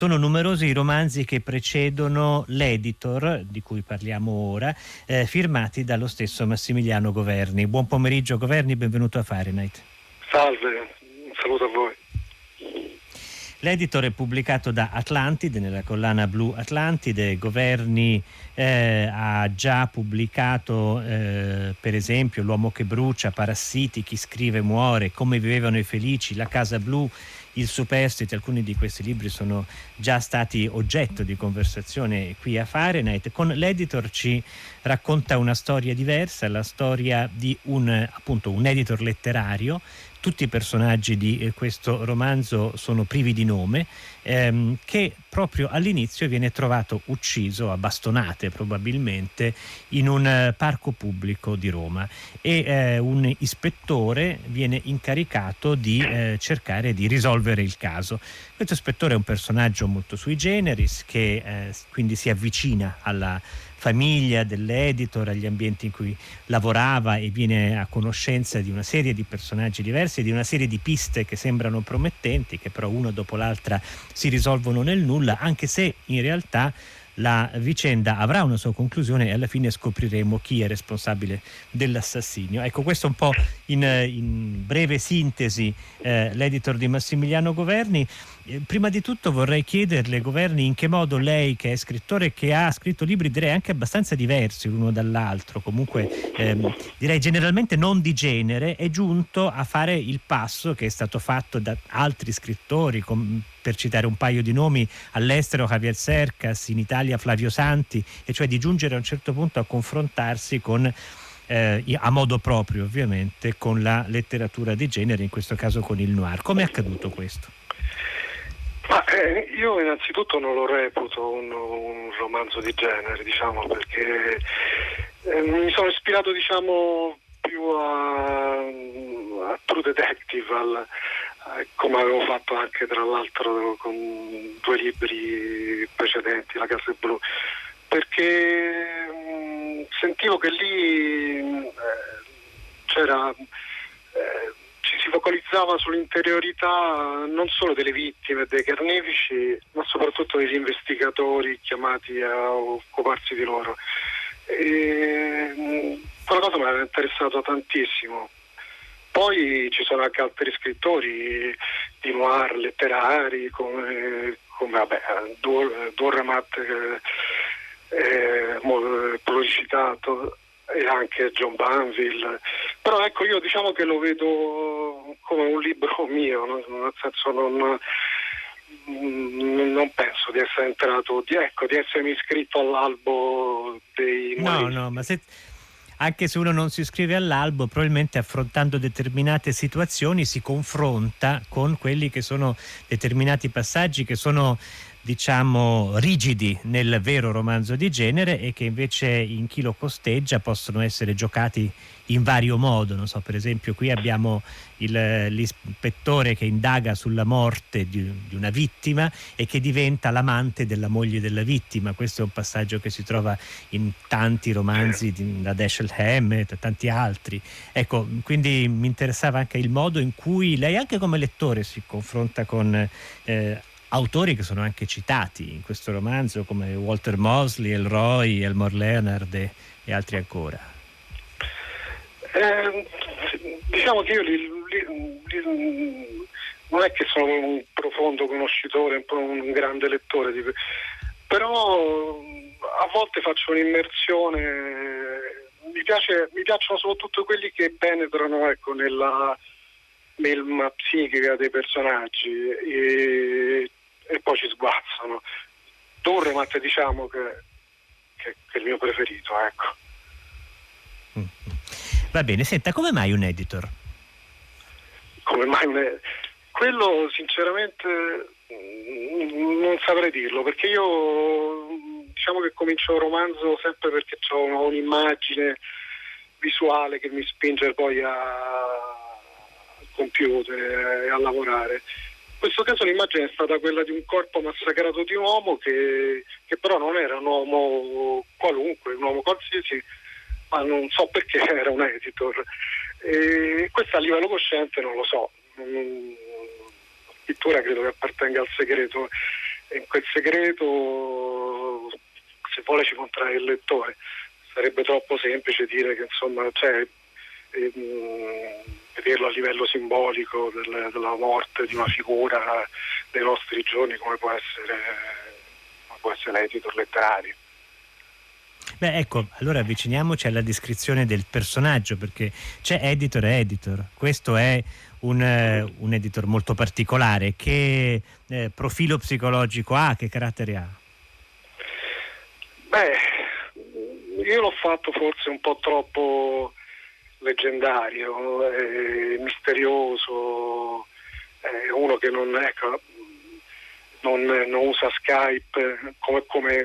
Sono numerosi i romanzi che precedono l'editor, di cui parliamo ora, firmati dallo stesso Massimiliano Governi. Buon pomeriggio Governi, benvenuto a Fahrenheit. Salve, un saluto a voi. L'editor è pubblicato da Atlantide, nella collana Blu Atlantide. Governi ha già pubblicato per esempio L'uomo che brucia, Parassiti, Chi scrive muore, Come vivevano i felici, La casa blu, Il superstite. Alcuni di questi libri sono già stati oggetto di conversazione qui a Fahrenheit. Con l'editor ci racconta una storia diversa, la storia di un editor letterario. Tutti i personaggi di questo romanzo sono privi di nome, che proprio all'inizio viene trovato ucciso a bastonate probabilmente in un parco pubblico di Roma, e un ispettore viene incaricato di cercare di risolvere il caso. Questo ispettore è un personaggio molto sui generis, che quindi si avvicina alla famiglia dell'editor, agli ambienti in cui lavorava, e viene a conoscenza di una serie di personaggi diversi, di una serie di piste che sembrano promettenti, che però una dopo l'altra si risolvono nel nulla, anche se in realtà la vicenda avrà una sua conclusione e alla fine scopriremo chi è responsabile dell'assassinio. Ecco, questo un po' in breve sintesi l'editor di Massimiliano Governi. Prima di tutto vorrei chiederle, Governi, in che modo lei, che è scrittore, che ha scritto libri direi anche abbastanza diversi l'uno dall'altro, comunque direi generalmente non di genere, è giunto a fare il passo che è stato fatto da altri scrittori, per citare un paio di nomi: all'estero Javier Cercas, in Italia Flavio Santi, e cioè di giungere a un certo punto a confrontarsi con a modo proprio ovviamente con la letteratura di genere, in questo caso con il noir. Come è accaduto questo? Io innanzitutto non lo reputo un romanzo di genere, diciamo, perché mi sono ispirato, diciamo, più a True Detective, come avevo fatto anche tra l'altro con 2 libri precedenti, La casa blu, perché sentivo che lì ci si focalizzava sull'interiorità non solo delle vittime e dei carnefici, ma soprattutto degli investigatori chiamati a occuparsi di loro. Quella cosa mi aveva interessato tantissimo. Poi ci sono anche altri scrittori di noir letterari come Durremat, pluricitato, e anche John Banville. Però ecco, io diciamo che lo vedo come un libro mio, nel senso non penso di essere entrato, di essermi iscritto all'albo dei numeristi. No, ma anche se uno non si iscrive all'albo, probabilmente affrontando determinate situazioni si confronta con quelli che sono determinati passaggi che sono, diciamo, rigidi nel vero romanzo di genere, e che invece in chi lo costeggia possono essere giocati in vario modo. Non so, per esempio qui abbiamo l'ispettore che indaga sulla morte di una vittima e che diventa l'amante della moglie della vittima. Questo è un passaggio che si trova in tanti romanzi da Dashiell Hammett e tanti altri. Ecco, quindi mi interessava anche il modo in cui lei, anche come lettore, si confronta con autori che sono anche citati in questo romanzo, come Walter Mosley, Elroy, Elmore Leonard e altri ancora. Diciamo che io non è che sono un profondo conoscitore, un grande lettore, però a volte faccio un'immersione. Mi piacciono soprattutto quelli che penetrano, ecco, nella psichica dei personaggi e poi ci sguazzano. Durremat, diciamo che è il mio preferito, ecco. Va bene, senta, come mai un editor? Come mai quello sinceramente non saprei dirlo, perché io diciamo che comincio un romanzo sempre perché ho un'immagine visuale che mi spinge poi al computer e a lavorare. In questo caso l'immagine è stata quella di un corpo massacrato di un uomo che però non era un uomo qualunque, un uomo qualsiasi, ma non so perché era un editor. E questo a livello cosciente non lo so. La scrittura credo che appartenga al segreto. in quel segreto, se vuole, ci contrae il lettore. Sarebbe troppo semplice dire che insomma, vederlo a livello simbolico della morte di una figura dei nostri giorni come può essere l'editor letterario. Beh, ecco, allora avviciniamoci alla descrizione del personaggio, perché c'è editor e editor. Questo è un editor molto particolare. Che profilo psicologico ha? Che carattere ha? Beh, io l'ho fatto forse un po' troppo leggendario, misterioso, uno che non usa Skype come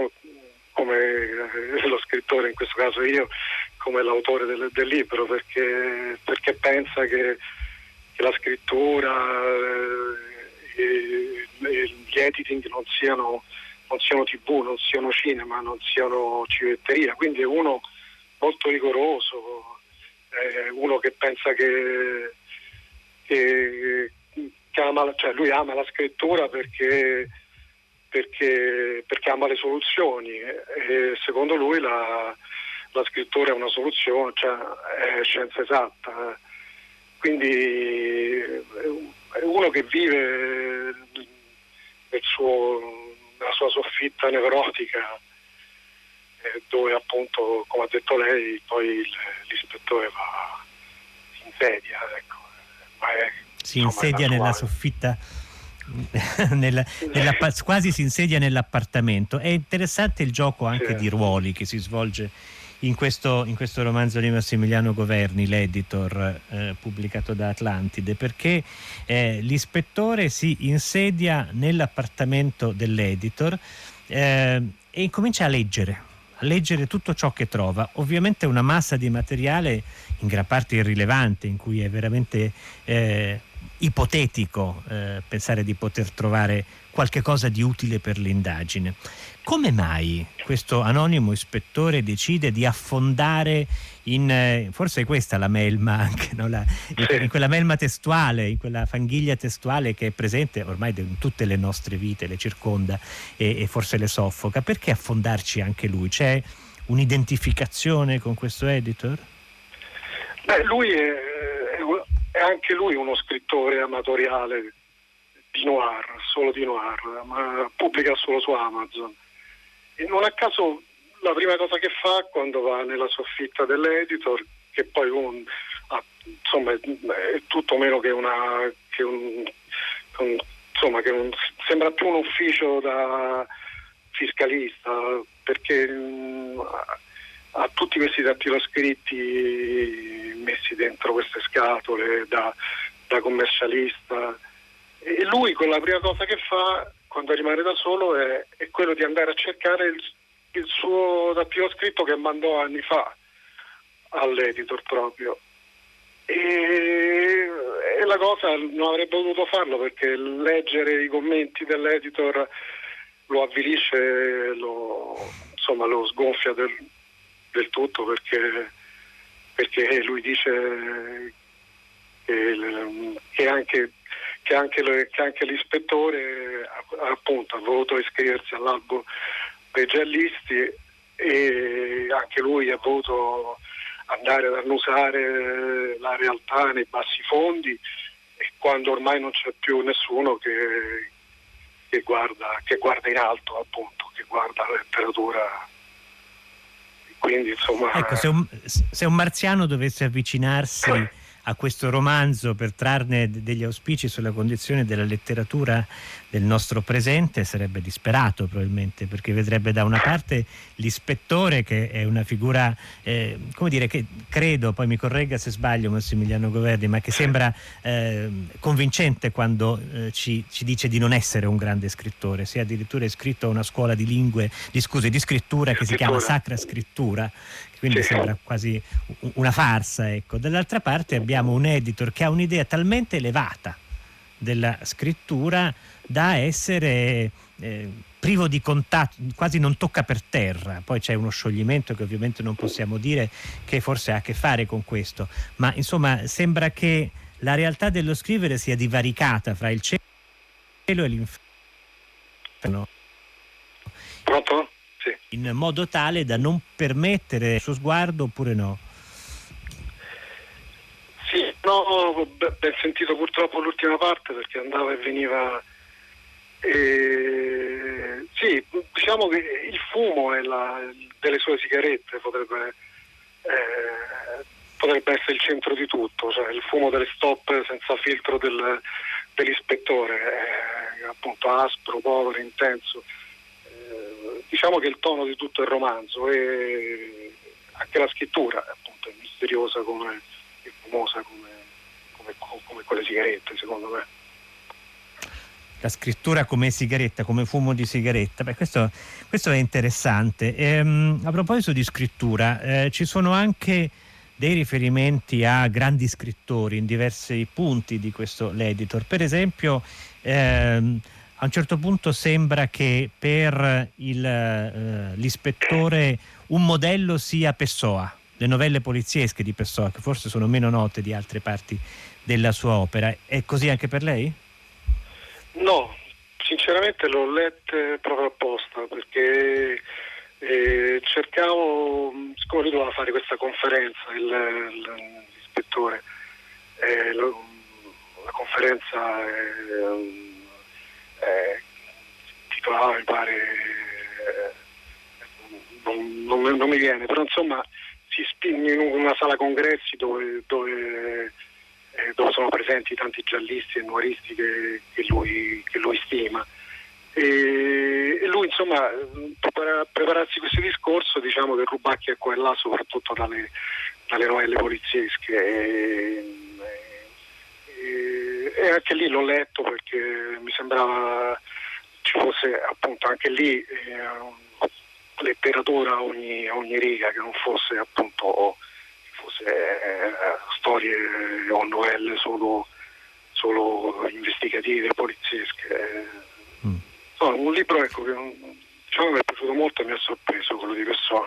lo scrittore, in questo caso io, come l'autore del libro, perché pensa che la scrittura e gli editing non siano TV, non siano cinema, non siano civetteria, quindi è uno molto rigoroso, uno che pensa che ama, cioè lui ama la scrittura perché ama le soluzioni, e secondo lui la scrittura è una soluzione, cioè è scienza esatta, quindi è uno che vive nella sua soffitta nevrotica, dove appunto, come ha detto lei, poi l'ispettore si insedia, ecco. Si insedia nella soffitta, quasi si insedia nell'appartamento. È interessante il gioco anche di ruoli che si svolge in questo romanzo di Massimiliano Governi, l'editor, pubblicato da Atlantide, perché l'ispettore si insedia nell'appartamento dell'editor e incomincia a leggere tutto ciò che trova, ovviamente una massa di materiale in gran parte irrilevante, in cui è veramente ipotetico pensare di poter trovare qualche cosa di utile per l'indagine. Come mai questo anonimo ispettore decide di affondare forse è questa la melma anche, no? In quella melma testuale, in quella fanghiglia testuale che è presente ormai in tutte le nostre vite, le circonda e forse le soffoca? Perché affondarci anche lui? C'è un'identificazione con questo editor? Beh, lui è anche lui uno scrittore amatoriale di noir, solo di noir, ma pubblica solo su Amazon. E non a caso la prima cosa che fa quando va nella soffitta dell'editor, che poi insomma è tutto meno che sembra più un ufficio da fiscalista, perché ha tutti questi dattiloscritti messi dentro queste scatole da commercialista, e lui la prima cosa che fa quando rimane da solo è quello di andare a cercare il suo dattiloscritto che mandò anni fa all'editor proprio, e la cosa non avrebbe potuto farlo, perché leggere i commenti dell'editor lo avvilisce, lo sgonfia del tutto, perché lui dice che anche l'ispettore appunto ha voluto iscriversi all'albo dei giallisti, e anche lui ha voluto andare ad annusare la realtà nei bassi fondi, e quando ormai non c'è più nessuno che guarda in alto, appunto, che guarda la letteratura. Quindi insomma, ecco, se un marziano dovesse avvicinarsi a questo romanzo per trarne degli auspici sulla condizione della letteratura del nostro presente, sarebbe disperato probabilmente, perché vedrebbe da una parte l'ispettore, che è una figura come dire, che credo, poi mi corregga se sbaglio Massimiliano Governi, ma che sembra convincente quando ci dice di non essere un grande scrittore. Si è addirittura iscritto a una scuola di scrittura che si chiama Sacra Scrittura, quindi sembra quasi una farsa, ecco. Dall'altra parte abbiamo un editor che ha un'idea talmente elevata della scrittura da essere privo di contatto, quasi non tocca per terra. Poi c'è uno scioglimento che ovviamente non possiamo dire, che forse ha a che fare con questo, ma insomma sembra che la realtà dello scrivere sia divaricata fra il cielo e l'inferno, no? Pronto? Sì. In modo tale da non permettere il suo sguardo, oppure no? Sì, no, ben sentito purtroppo l'ultima parte, perché andava e veniva. Sì, diciamo che il fumo delle sue sigarette potrebbe essere il centro di tutto, cioè il fumo delle stop senza filtro dell'ispettore, appunto aspro, povero, intenso. Diciamo che il tono di tutto il romanzo, e anche la scrittura appunto è misteriosa e fumosa come quelle sigarette, secondo me. La scrittura come sigaretta, come fumo di sigaretta. Beh, questo è interessante. A proposito di scrittura, ci sono anche dei riferimenti a grandi scrittori in diversi punti di questo L'Editor. Per esempio, a un certo punto sembra che per l'ispettore un modello sia Pessoa, le novelle poliziesche di Pessoa, che forse sono meno note di altre parti della sua opera. È così anche per lei? No, sinceramente l'ho lette proprio apposta, perché cercavo, siccome lui doveva fare questa conferenza, l'ispettore, la conferenza titolava, mi pare, non mi viene, però insomma in una sala congressi dove sono presenti tanti giallisti e noiristi che lui stima, e lui insomma prepararsi questo discorso, diciamo che rubacchia qua e là soprattutto dalle novelle poliziesche, e anche lì l'ho letto perché mi sembrava ci fosse appunto anche lì letteratura a ogni riga, che non fosse appunto storie o novelle solo investigative, poliziesche. No, un libro, ecco, che diciamo mi è piaciuto molto e mi ha sorpreso, quello di Pessoa.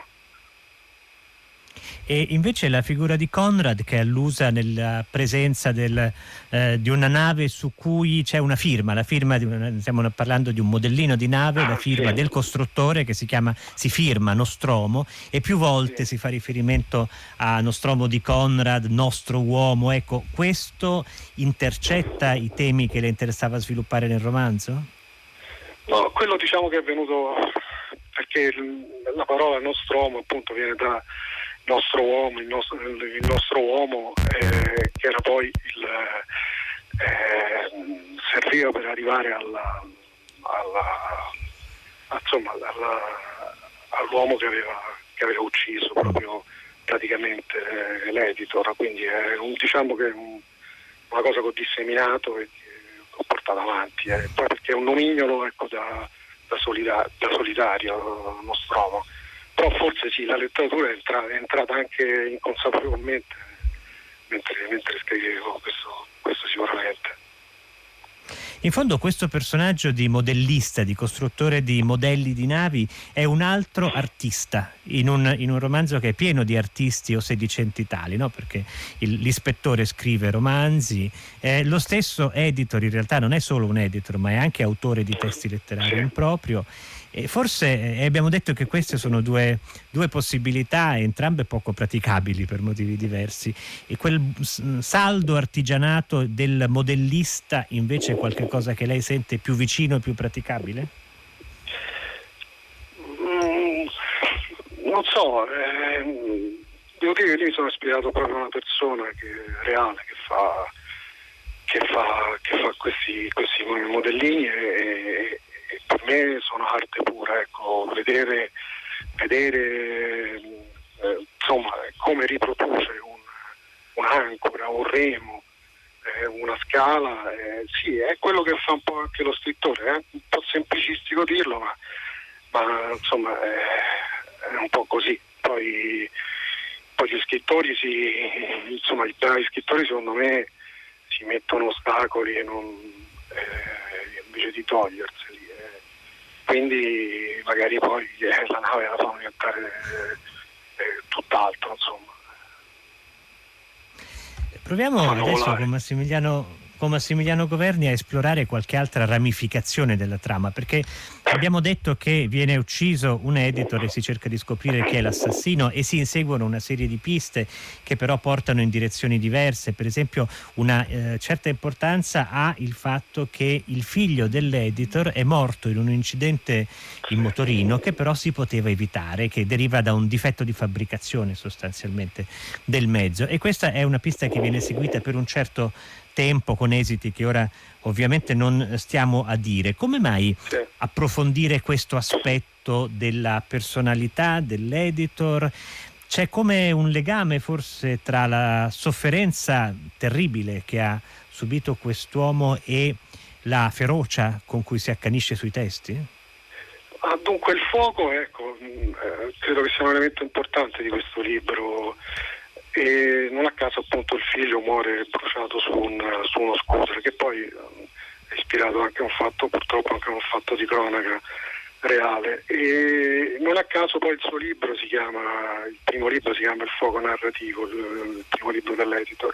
E invece la figura di Conrad, che è allusa nella presenza di una nave su cui c'è una firma, stiamo parlando di un modellino di nave, la firma del costruttore che si firma Nostromo, e più volte si fa riferimento a Nostromo di Conrad, nostro uomo. Ecco, questo intercetta i temi che le interessava sviluppare nel romanzo? No, quello diciamo che è venuto perché la parola Nostromo appunto viene da nostro uomo, il nostro uomo, che era poi serviva per arrivare all'uomo che aveva ucciso proprio praticamente l'editor, quindi diciamo che è una cosa che ho disseminato e che ho portato avanti, poi perché è un nomignolo, ecco, da solitario, Nostromo. Però forse sì, la letteratura è entrata anche inconsapevolmente mentre scrivevo, questo sicuramente. In fondo questo personaggio di modellista, di costruttore di modelli di navi, è un altro artista in un romanzo che è pieno di artisti o sedicentitali, no? Perché l'ispettore scrive romanzi, lo stesso editor in realtà non è solo un editor, ma è anche autore di testi letterari in proprio. E forse abbiamo detto che queste sono due possibilità, entrambe poco praticabili per motivi diversi, e quel saldo artigianato del modellista invece è qualche cosa che lei sente più vicino e più praticabile? Non so, devo dire che lì mi sono ispirato proprio a una persona reale che fa questi modellini, e per me sono arte pura, ecco, vedere insomma come riproduce un'ancora, un remo, una scala, sì, è quello che fa un po' anche lo scrittore, è un po' semplicistico dirlo, ma insomma è un po' così. Poi gli scrittori i bravi scrittori secondo me si mettono ostacoli invece di toglierseli. Quindi magari poi la nave la fanno diventare tutt'altro, insomma. Proviamo adesso con Massimiliano con Massimiliano Governi a esplorare qualche altra ramificazione della trama, perché abbiamo detto che viene ucciso un editor e si cerca di scoprire chi è l'assassino e si inseguono una serie di piste che però portano in direzioni diverse. Per esempio una certa importanza ha il fatto che il figlio dell'editor è morto in un incidente in motorino che però si poteva evitare, che deriva da un difetto di fabbricazione sostanzialmente del mezzo, e questa è una pista che viene seguita per un certo tempo con esiti che ora ovviamente non stiamo a dire. Come mai approfondire questo aspetto della personalità dell'editor? C'è come un legame forse tra la sofferenza terribile che ha subito quest'uomo e la ferocia con cui si accanisce sui testi? Dunque il fuoco, ecco, credo che sia un elemento importante di questo libro, e non a caso appunto il figlio muore bruciato su uno scooter, che poi è ispirato anche a un fatto, purtroppo anche a un fatto di cronaca reale, e non a caso poi il suo libro il primo libro si chiama Il fuoco narrativo, il primo libro dell'editor,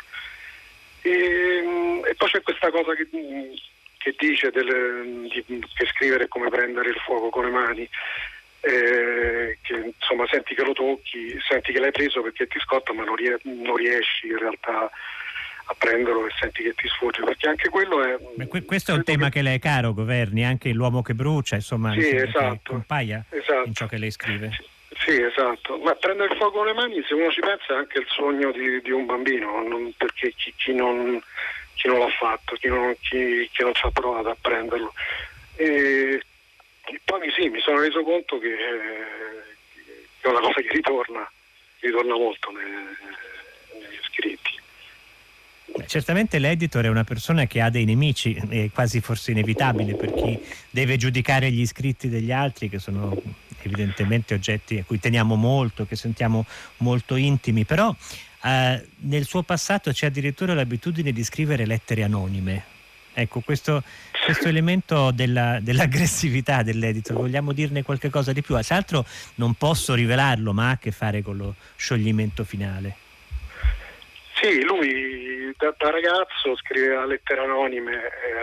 e poi c'è questa cosa che dice che scrivere è come prendere il fuoco con le mani, che insomma senti che lo tocchi, senti che l'hai preso perché ti scotta, ma non riesci in realtà a prenderlo e senti che ti sfugge, perché anche quello è... Questo è un tema che le è caro, Governi, anche l'uomo che brucia, insomma, sì, esatto, che compaia in ciò che lei scrive. Sì, esatto, ma prendere il fuoco con le mani, se uno ci pensa, è anche il sogno di un bambino, perché chi non l'ha fatto, chi non ci ha provato a prenderlo. E poi mi sono reso conto che è una cosa che ritorna molto negli scritti. Certamente l'editor è una persona che ha dei nemici, è quasi forse inevitabile per chi deve giudicare gli scritti degli altri, che sono evidentemente oggetti a cui teniamo molto, che sentiamo molto intimi, però nel suo passato c'è addirittura l'abitudine di scrivere lettere anonime. Ecco, questo elemento dell'aggressività dell'editor, vogliamo dirne qualche cosa di più? Tra l'altro non posso rivelarlo, ma ha a che fare con lo scioglimento finale. Sì, lui da ragazzo scriveva lettere anonime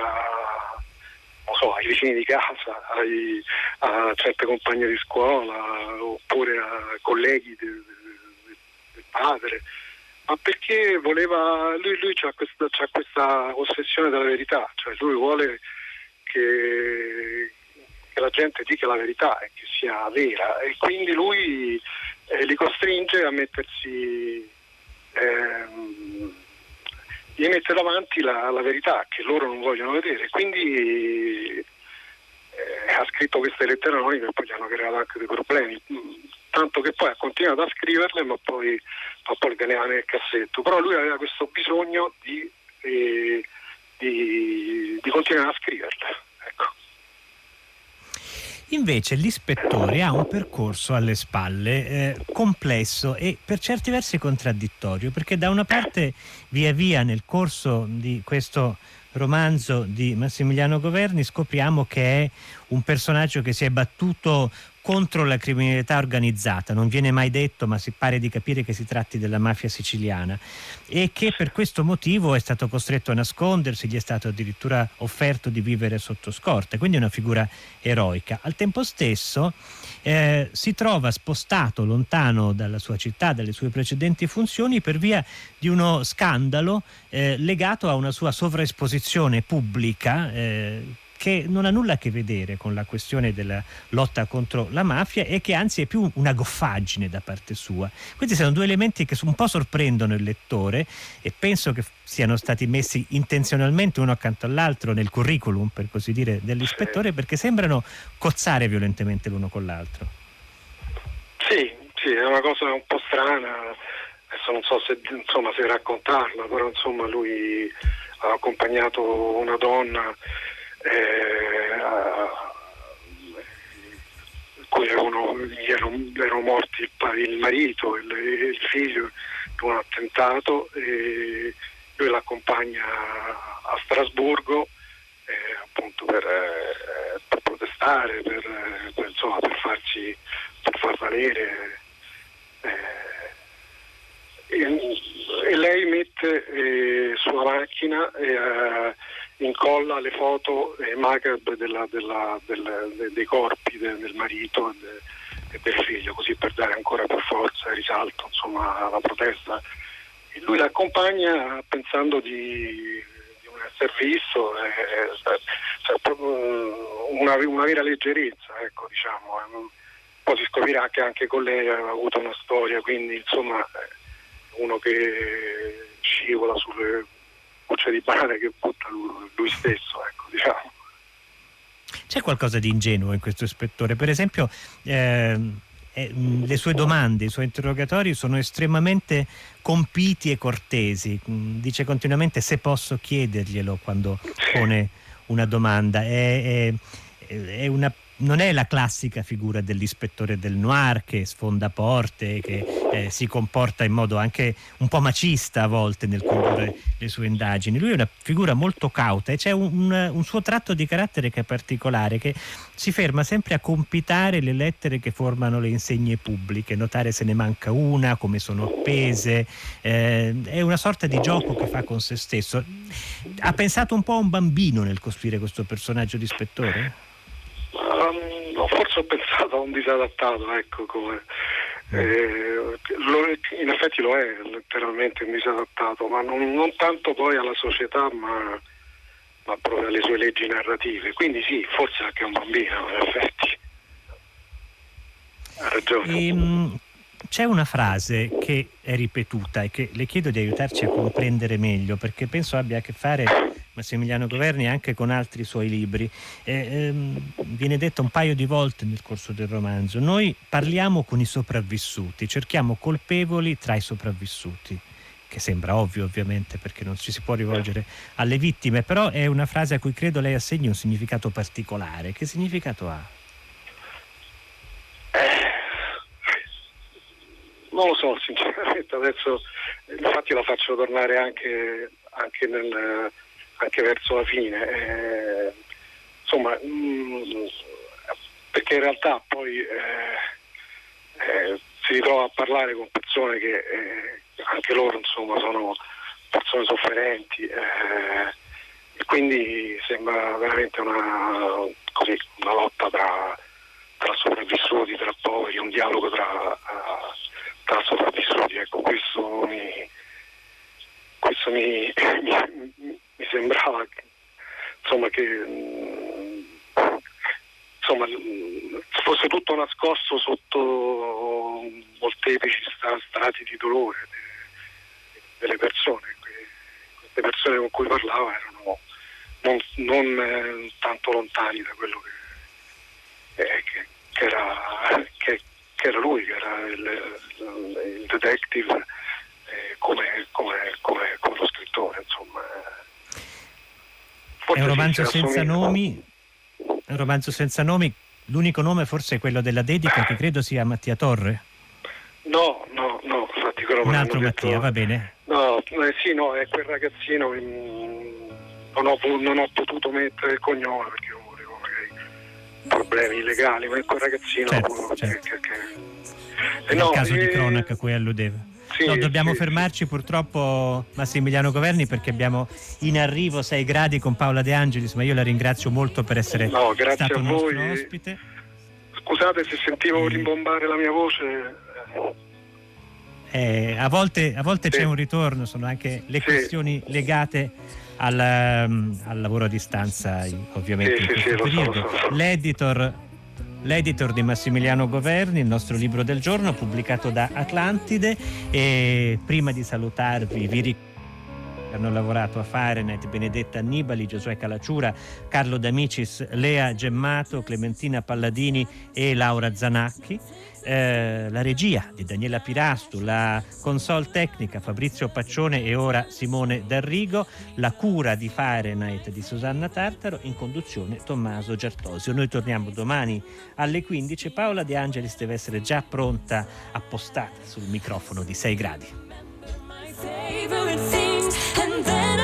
ai vicini di casa, a certe compagne di scuola, oppure a colleghi del padre, ma perché voleva, lui c'ha questa ossessione della verità, cioè lui vuole che la gente dica la verità e che sia vera, e quindi lui li costringe a gli mette davanti la verità che loro non vogliono vedere, quindi ha scritto queste lettere anonime e poi gli hanno creato anche dei problemi, tanto che poi ha continuato a scriverle, ma poi le teneva nel cassetto. Però lui aveva questo bisogno di continuare a scriverle, ecco. Invece l'ispettore ha un percorso alle spalle complesso e per certi versi contraddittorio, perché da una parte via via nel corso di questo romanzo di Massimiliano Governi scopriamo che è un personaggio che si è battuto contro la criminalità organizzata, non viene mai detto, ma si pare di capire che si tratti della mafia siciliana, e che per questo motivo è stato costretto a nascondersi, gli è stato addirittura offerto di vivere sotto scorta, quindi è una figura eroica. Al tempo stesso si trova spostato lontano dalla sua città, dalle sue precedenti funzioni, per via di uno scandalo legato a una sua sovraesposizione pubblica che non ha nulla a che vedere con la questione della lotta contro la mafia e che anzi è più una goffaggine da parte sua. Questi sono due elementi che un po' sorprendono il lettore e penso che siano stati messi intenzionalmente uno accanto all'altro nel curriculum, per così dire, dell'ispettore, perché sembrano cozzare violentemente l'uno con l'altro. Sì, è una cosa un po' strana, adesso non so se raccontarla, però insomma lui ha accompagnato una donna cui gli erano morti il marito e il figlio in un attentato, e lui l'accompagna a Strasburgo appunto per protestare, per far valere e lei mette sulla macchina incolla le foto macabre dei corpi del marito e del figlio, così per dare ancora più forza e risalto, insomma, alla protesta. E lui l'accompagna pensando di non essere visto, proprio una vera leggerezza, ecco, diciamo. Poi si scoprirà che anche con lei aveva avuto una storia, quindi insomma uno che scivola sulle bucce di banane che butta lui stesso, ecco, diciamo. C'è qualcosa di ingenuo in questo ispettore, per esempio le sue domande, i suoi interrogatori sono estremamente compiti e cortesi, dice continuamente se posso chiederglielo quando pone una domanda, non è la classica figura dell'ispettore del noir che sfonda porte, che si comporta in modo anche un po' macista a volte nel condurre le sue indagini. Lui è una figura molto cauta e c'è un suo tratto di carattere che è particolare, che si ferma sempre a compitare le lettere che formano le insegne pubbliche, notare se ne manca una, come sono appese, è una sorta di gioco che fa con se stesso. Ha pensato un po' a un bambino nel costruire questo personaggio di ispettore? Forse ho pensato a un disadattato, ecco, come in effetti lo è letteralmente un disadattato, ma non tanto poi alla società, ma proprio alle sue leggi narrative. Quindi sì, forse anche un bambino, in effetti. Ha ragione. C'è una frase che è ripetuta e che le chiedo di aiutarci a comprendere meglio, perché penso abbia a che fare Massimiliano Governi anche con altri suoi libri. Viene detta un paio di volte nel corso del romanzo: noi parliamo con i sopravvissuti, cerchiamo colpevoli tra i sopravvissuti, che sembra ovvio ovviamente perché non ci si può rivolgere alle vittime, però è una frase a cui credo lei assegni un significato particolare. Che significato ha? Non lo so, sinceramente, adesso infatti la faccio tornare anche verso la fine, insomma, perché in realtà poi si ritrova a parlare con persone che anche loro, insomma, sono persone sofferenti, e quindi sembra veramente una lotta tra sopravvissuti, tra poveri, un dialogo tra sopravvissuti. Ecco, questo mi sembrava insomma che fosse tutto nascosto sotto molteplici stati di dolore delle persone. Queste persone con cui parlava erano non tanto lontani da quello che era lui, che era il detective, come lo scrittore, insomma. È un romanzo senza nomi, l'unico nome forse è quello della dedica, che credo sia Mattia Torre. No, infatti quello un altro Mattia, va bene. No, è quel ragazzino, non ho potuto mettere il cognome perché non volevo magari problemi legali, ma è quel ragazzino certo. È il caso di cronaca a cui alludeva. Sì, dobbiamo fermarci purtroppo, Massimiliano Governi, perché abbiamo in arrivo 6 gradi con Paola De Angelis, ma io la ringrazio molto per essere stato nostro ospite. Scusate se sentivo rimbombare la mia voce. A volte c'è un ritorno, sono anche le questioni legate al lavoro a distanza, ovviamente in questo periodo. L'editor di Massimiliano Governi, il nostro libro del giorno pubblicato da Atlantide. E prima di salutarvi vi ricordo che hanno lavorato a Fahrenheit Benedetta Annibali, Giosuè Calacciura, Carlo D'Amicis, Lea Gemmato, Clementina Palladini e Laura Zanacchi. La regia di Daniela Pirastu, la console tecnica Fabrizio Paccione e ora Simone D'Arrigo, la cura di Fahrenheit di Susanna Tartaro, in conduzione Tommaso Giartosio. Noi torniamo domani alle 15. Paola De Angelis deve essere già pronta, appostata sul microfono di 6 gradi.